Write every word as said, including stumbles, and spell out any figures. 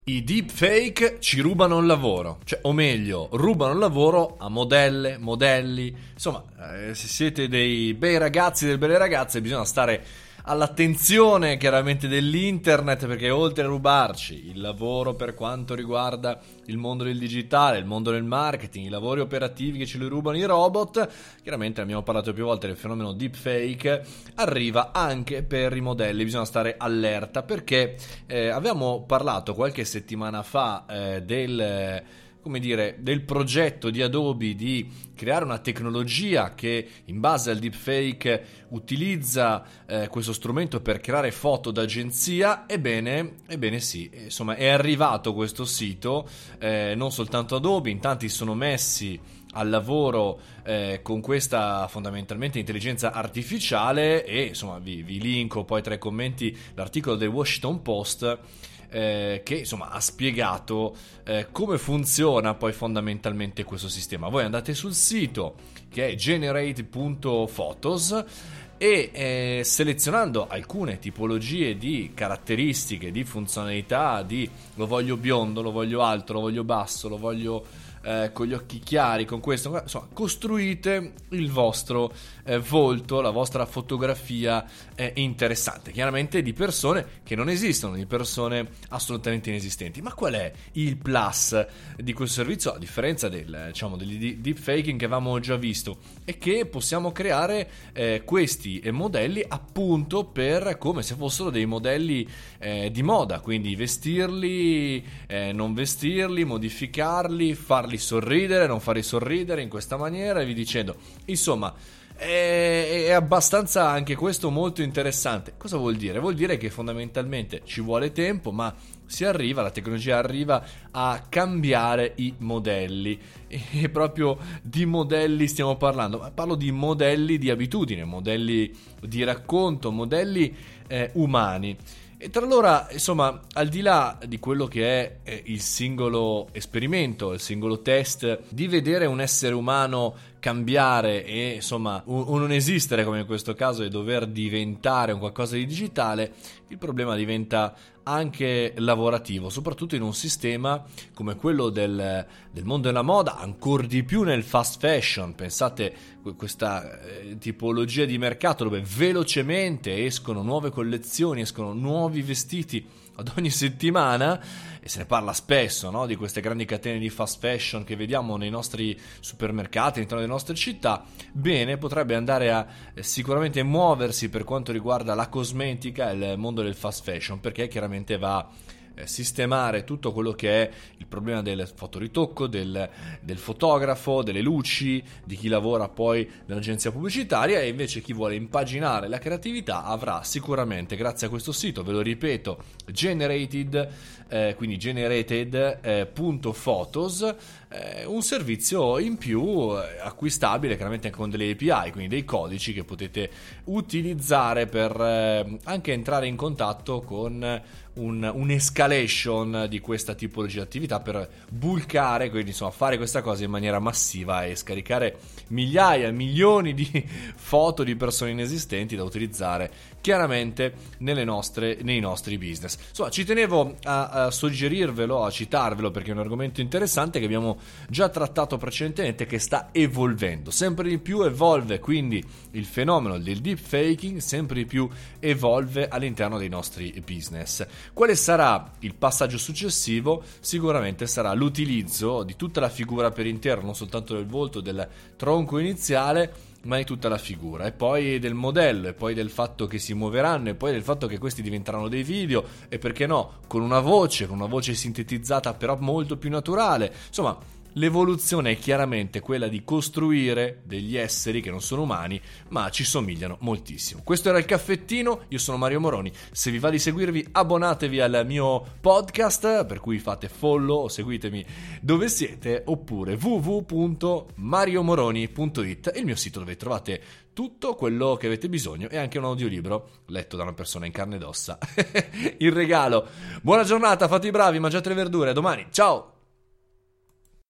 I deepfake ci rubano il lavoro, cioè, o meglio, rubano il lavoro a modelle, modelli, insomma, eh, se siete dei bei ragazzi, delle belle ragazze, bisogna stare all'attenzione chiaramente dell'internet, perché oltre a rubarci il lavoro per quanto riguarda il mondo del digitale, il mondo del marketing, i lavori operativi che ce li rubano i robot, chiaramente abbiamo parlato più volte del fenomeno deepfake, arriva anche per i modelli. Bisogna stare allerta perché eh, avevamo parlato qualche settimana fa eh, del... come dire, del progetto di Adobe di creare una tecnologia che in base al deepfake utilizza eh, questo strumento per creare foto d'agenzia. Ebbene, ebbene sì, insomma è arrivato questo sito, eh, non soltanto Adobe, in tanti sono messi al lavoro eh, con questa fondamentalmente intelligenza artificiale e insomma vi, vi linko poi tra i commenti l'articolo del Washington Post Eh, che insomma ha spiegato eh, come funziona poi fondamentalmente questo sistema. Voi andate sul sito che è generate punto photos e eh, selezionando alcune tipologie di caratteristiche, di funzionalità, di lo voglio biondo, lo voglio alto, lo voglio basso, lo voglio eh, con gli occhi chiari, con questo, insomma, costruite il vostro eh, volto, la vostra fotografia eh, interessante, chiaramente di persone che non esistono, di persone assolutamente inesistenti. Ma qual è il plus di questo servizio, a differenza del, diciamo, del deepfaking che avevamo già visto? È che possiamo creare eh, questi eh, modelli appunto per come se fossero dei modelli eh, di moda, quindi vestirli, eh, non vestirli, modificarli, farli sorridere, non farli sorridere in questa maniera e vi dicendo. Insomma, è, è abbastanza anche questo molto interessante. Cosa vuol dire? Vuol dire che fondamentalmente ci vuole tempo, ma si arriva, la tecnologia arriva a cambiare i modelli, e proprio di modelli stiamo parlando, ma parlo di modelli di abitudine, modelli di racconto, modelli eh, umani. E tra l'ora, insomma, al di là di quello che è eh, il singolo esperimento, il singolo test, di vedere un essere umano cambiare e insomma un, un non esistere come in questo caso e dover diventare un qualcosa di digitale, il problema diventa anche lavorativo, soprattutto in un sistema come quello del, del mondo della moda, ancor di più nel fast fashion. Pensate questa eh, tipologia di mercato dove velocemente escono nuove collezioni, escono nuovi vestiti ad ogni settimana, e se ne parla spesso, no? Di queste grandi catene di fast fashion che vediamo nei nostri supermercati all'interno delle nostre città. Bene, potrebbe andare a eh, sicuramente muoversi per quanto riguarda la cosmetica e il mondo del fast fashion, perché chiaramente va eh, sistemare tutto quello che è il problema del fotoritocco, del, del fotografo, delle luci, di chi lavora poi nell'agenzia pubblicitaria, e invece chi vuole impaginare la creatività avrà sicuramente, grazie a questo sito, ve lo ripeto, generated eh, quindi generated punto photos, eh, un servizio in più eh, acquistabile chiaramente anche con delle A P I, quindi dei codici che potete utilizzare per eh, anche entrare in contatto con un, un'escalation di questa tipologia di attività per bulkare, quindi insomma fare questa cosa in maniera massiva e scaricare migliaia, milioni di foto di persone inesistenti da utilizzare chiaramente nelle nostre, nei nostri business. Insomma, ci tenevo a, a suggerirvelo, a citarvelo, perché è un argomento interessante che abbiamo già trattato precedentemente, che sta evolvendo, sempre di più evolve, quindi il fenomeno del deepfaking sempre di più evolve all'interno dei nostri business. Quale sarà il passaggio successivo? Sicuramente sarà l'utilizzo di tutta la figura per intero, non soltanto del volto, del tronco iniziale, ma di tutta la figura, e poi del modello, e poi del fatto che si muoveranno, e poi del fatto che questi diventeranno dei video, e perché no, con una voce, con una voce sintetizzata però molto più naturale. Insomma, l'evoluzione è chiaramente quella di costruire degli esseri che non sono umani ma ci somigliano moltissimo. Questo era il caffettino, io sono Mario Moroni. Se vi va di seguirvi, abbonatevi al mio podcast, per cui fate follow o seguitemi dove siete, oppure w w w punto mario moroni punto i t, il mio sito dove trovate tutto quello che avete bisogno e anche un audiolibro letto da una persona in carne ed ossa in regalo. Buona giornata, fate i bravi, mangiate le verdure, a domani, ciao!